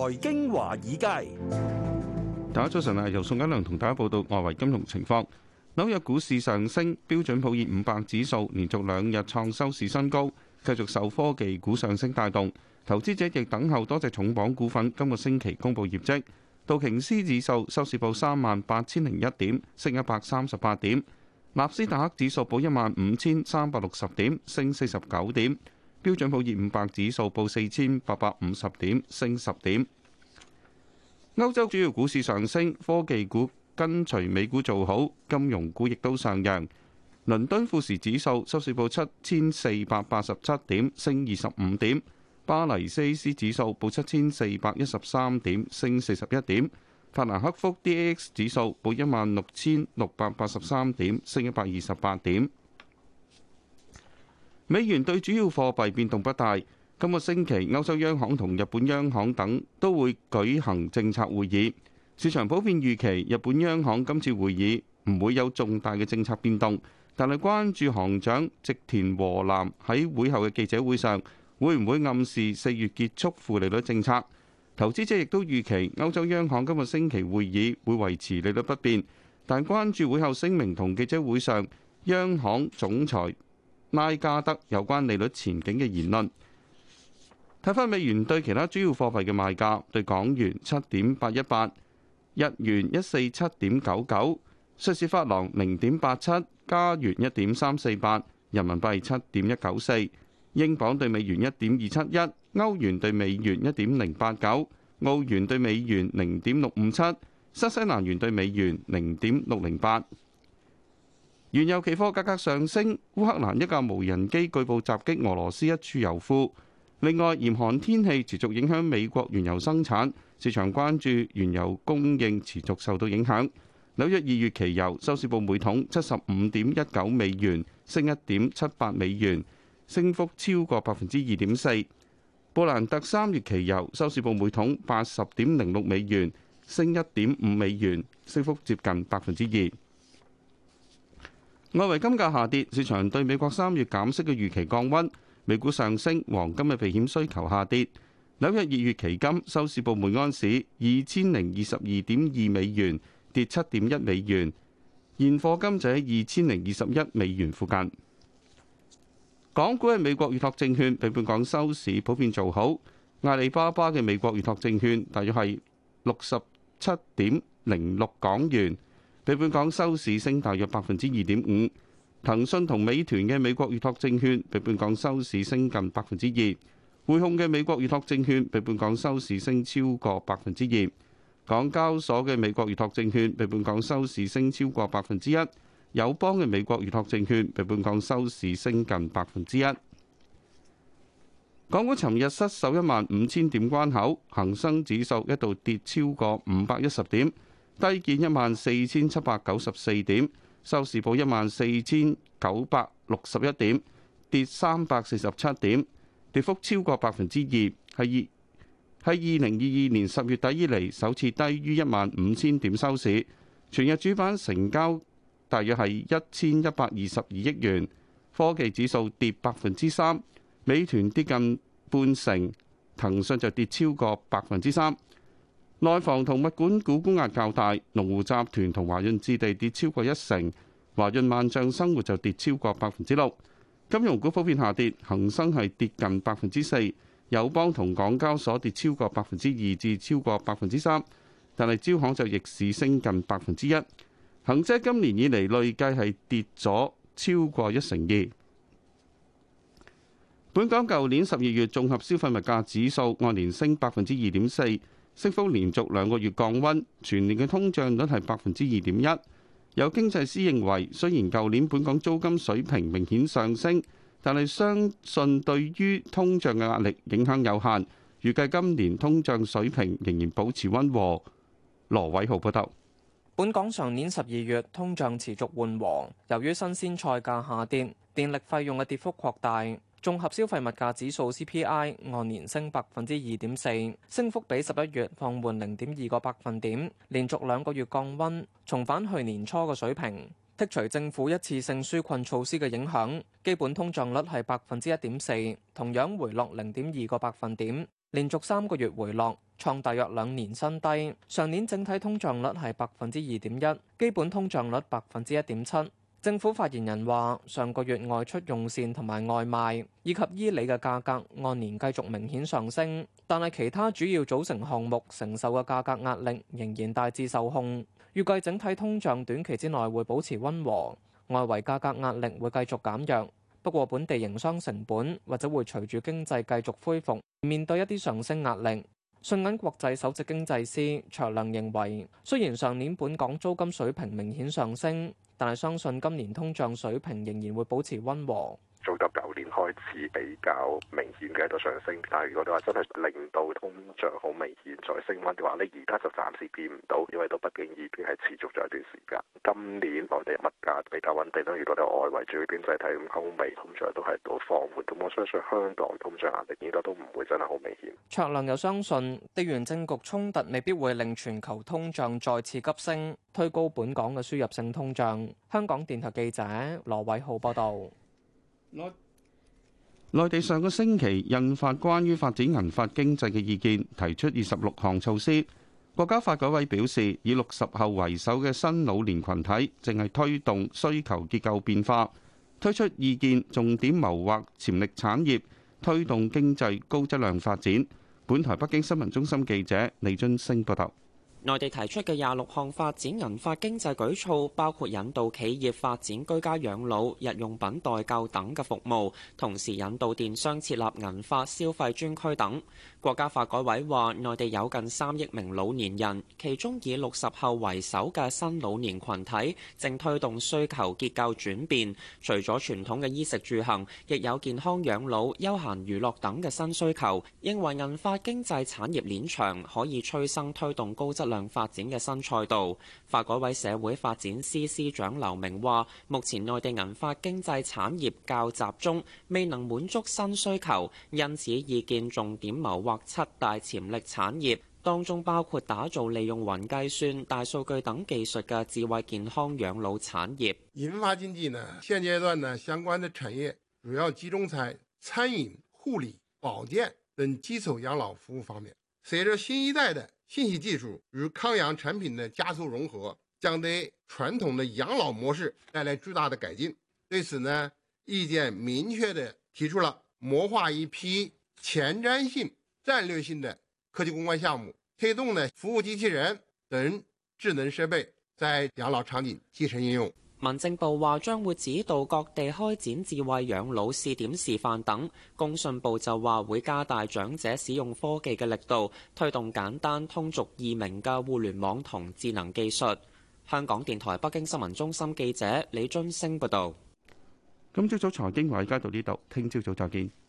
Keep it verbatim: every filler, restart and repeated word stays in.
財經華爾街， 大家早晨啊！由宋嘉良同大家報道外圍金融情況。紐約股市上升，標準普爾五百指數連續兩日創收市新高，繼續受科技股上升帶動。投資者亦等候多隻重磅股份今個星期公佈業績。道瓊斯指數收市報三萬八千零一點，升一百三十八點；納斯達克指數報一萬五千三百六十點，升四十九點；標準普爾五百指數報四千八百五十點，升十點。歐洲主要股市上升，科技股跟隨美股做好，金融股亦都上揚。倫敦富時指數收市報七千四百八十七點，升二十五點；巴黎 C A C 指數報七千四百一十三點，升四十一點；法蘭克福 D A X 指數報一萬六千六百八十三點，升一百二十八點。美元對主要貨幣變動不大。今個星期，歐洲央行同日本央行等都會舉行政策會議。市場普遍預期日本央行今次會議唔會有重大嘅政策變動，但係關注行長植田和男喺會後嘅記者會上會唔會暗示四月結束負利率政策。投資者亦都預期歐洲央行今個星期會議會維持利率不變，但關注會後聲明同記者會上央行總裁拉加德有關利率前景嘅言論。睇返美元對其他主要貨幣嘅賣價，對港元七點八一八，日元一四七點九九，瑞士法郎零點八七，加元一點三四八，人民幣七點一九四，英鎊對美元一點二七一，歐元對美元一點零八九，澳元對美元零點六五七，新西蘭元對美元零點六零八。原油期貨價格上升，烏克蘭一架無人機據報襲擊俄羅斯一處油庫。另外，嚴寒天氣持續影響美國原油生產，市場關注原油供應持續受到影響。紐約二月期油收市報每桶七十五點一九美元，升一點七八美元，升幅超過百分之二點四。布蘭特三月期油收市報每桶八十點零六美元，升一點五美元，升幅接近百分之二。外圍金價下跌，市場對美國三月減息嘅預期降溫。美股上升，黃金嘅避險需求下跌。紐約二月期金收市報每安士二千零二十二點二美元，跌七點一美元。現貨金就喺二千零二十一美元附近。港股嘅美國預託證券比本港收市普遍做好。阿里巴巴嘅美國預託證券大約係六十七點零六港元，比本港收市升大約百分之二點五。騰訊同美團嘅美國預託證券比本港收市升近百分之二，匯控嘅美國預託證券比本港收市升超過百分之二，港交所嘅美國預託證券比本港收市升超過百分之一，友邦嘅美國預託證券比本港收市升近百分之一。港股尋日失守一萬五千點關口，恒生指數一度跌超過五百一十點，低見一萬四千七百九十四點。收市報一萬四千九百六十一點，跌三百四十七點，跌幅超過百分之二，係二係二零二二年十月底以嚟首次低於一萬五千點收市。全日主板成交大約係一千一百二十二億元。科技指數跌百分之三，美團跌近半成，騰訊就跌超過百分之三。內房同物管股沽壓較大，龍湖集團同華潤置地跌超過一成，華潤萬象生活就跌超過百分之六。金融股普遍下跌，恒生係跌近百分之四，友邦同港交所跌超過百分之二至超過百分之三，但係招行就逆市升近百分之一。恒指今年以嚟累計係跌咗超過一成二。本港舊年十二月綜合消費物價指數按年升百分之二點四。升幅連續兩個月降溫，全年嘅通脹率係百分之二點一。有經濟師認為，雖然舊年本港租金水平明顯上升，但係相信對於通脹嘅壓力影響有限。預計今年通脹水平仍然保持溫和。羅偉浩報道。 本港上年十二月通脹持續緩和，由於新鮮菜價下跌，電力費用嘅跌幅擴大。綜合消費物價指數 C P I 按年升百分之二點四，升幅比十一月放緩零點二個百分點，連續兩個月降溫，重返去年初嘅水平。剔除政府一次性紓困措施嘅影響，基本通脹率係百分之一點四，同樣回落零點二個百分點，連續三個月回落。 創大約兩年新低。上年整體通脹率係百分之二點一，基本通脹率百分之一點七。政府發言人話：上個月外出用膳同埋外賣以及衣履嘅價格按年繼續明顯上升，但係其他主要組成項目承受嘅價格壓力仍然大致受控。預計整體通脹短期之內會保持溫和，外圍價格壓力會繼續減弱。不過本地營商成本或者會隨住經濟繼續恢復，面對一啲上升壓力。信銀國際首席經濟師卓亮認為，雖然上年本港租金水平明顯上升，但係相信今年通脹水平仍然會保持溫和。 早到舊年開始比較明顯嘅一個上升，但係如果你話真係令到通脹好明顯再升溫嘅話，你而家就暫時見唔到，因為都畢竟已經係持續咗一段時間。今年內地物價比較穩定啦，如果你外圍主要經濟體咁歐美通脹都係到放緩，咁我相信香港通脹壓力應該都唔會真係好明顯。 卓亮又相信地緣政局衝突未必會令全球通脹再次急升，推高本港嘅輸入性通脹。香港電台記者羅偉浩報道。 內內地上個星期印發關於發展銀髮經濟嘅意見，提出二十六項措施。國家發改委表示，以六十後為首嘅新老年群體正係推動需求結構變化，推出意見重點謀劃潛力產業，推動經濟高質量發展。本台北京新聞中心記者李津升報道。 內地提出嘅廿六項發展銀髮經濟舉措，包括引導企業發展居家養老、日用品代購等嘅服務，同時引導電商設立銀髮消費專區等。國家發改委話，內地有近三億名老年人，其中以六十後為首嘅新老年群體正推動需求結構轉變。除咗傳統嘅衣食住行，亦有健康養老、休閒娛樂等嘅新需求。認為銀髮經濟產業鏈長，可以催生推動高質量發展嘅新賽道。發改委社會發展司司長劉明話，目前內地銀髮經濟產業較集中，未能滿足新需求，因此意見重點謀劃七大潛力產業，當中包括打造利用雲計算、大數據等技術嘅智慧健康養老產業。 銀髮經濟呢，現階段呢相關的產業主要集中在餐飲、護理、保健等基礎養老服務方面。隨着新一代的信息技術與康養產品的加速融合，將對傳統的養老模式帶來巨大的改進。對此呢，意見明確地提出了謀劃一批前瞻性、戰略性的科技攻關項目，推動呢服務機器人等智能設備在養老場景集成應用。 民政部話將會指導各地開展智慧養老試點示範等。工信部就話會加大長者使用科技嘅力度，推動簡單通俗易明嘅互聯網同智能技術。香港電台北京新聞中心記者李津升報道。 今朝早財經華爾街到呢度，聽朝早再見。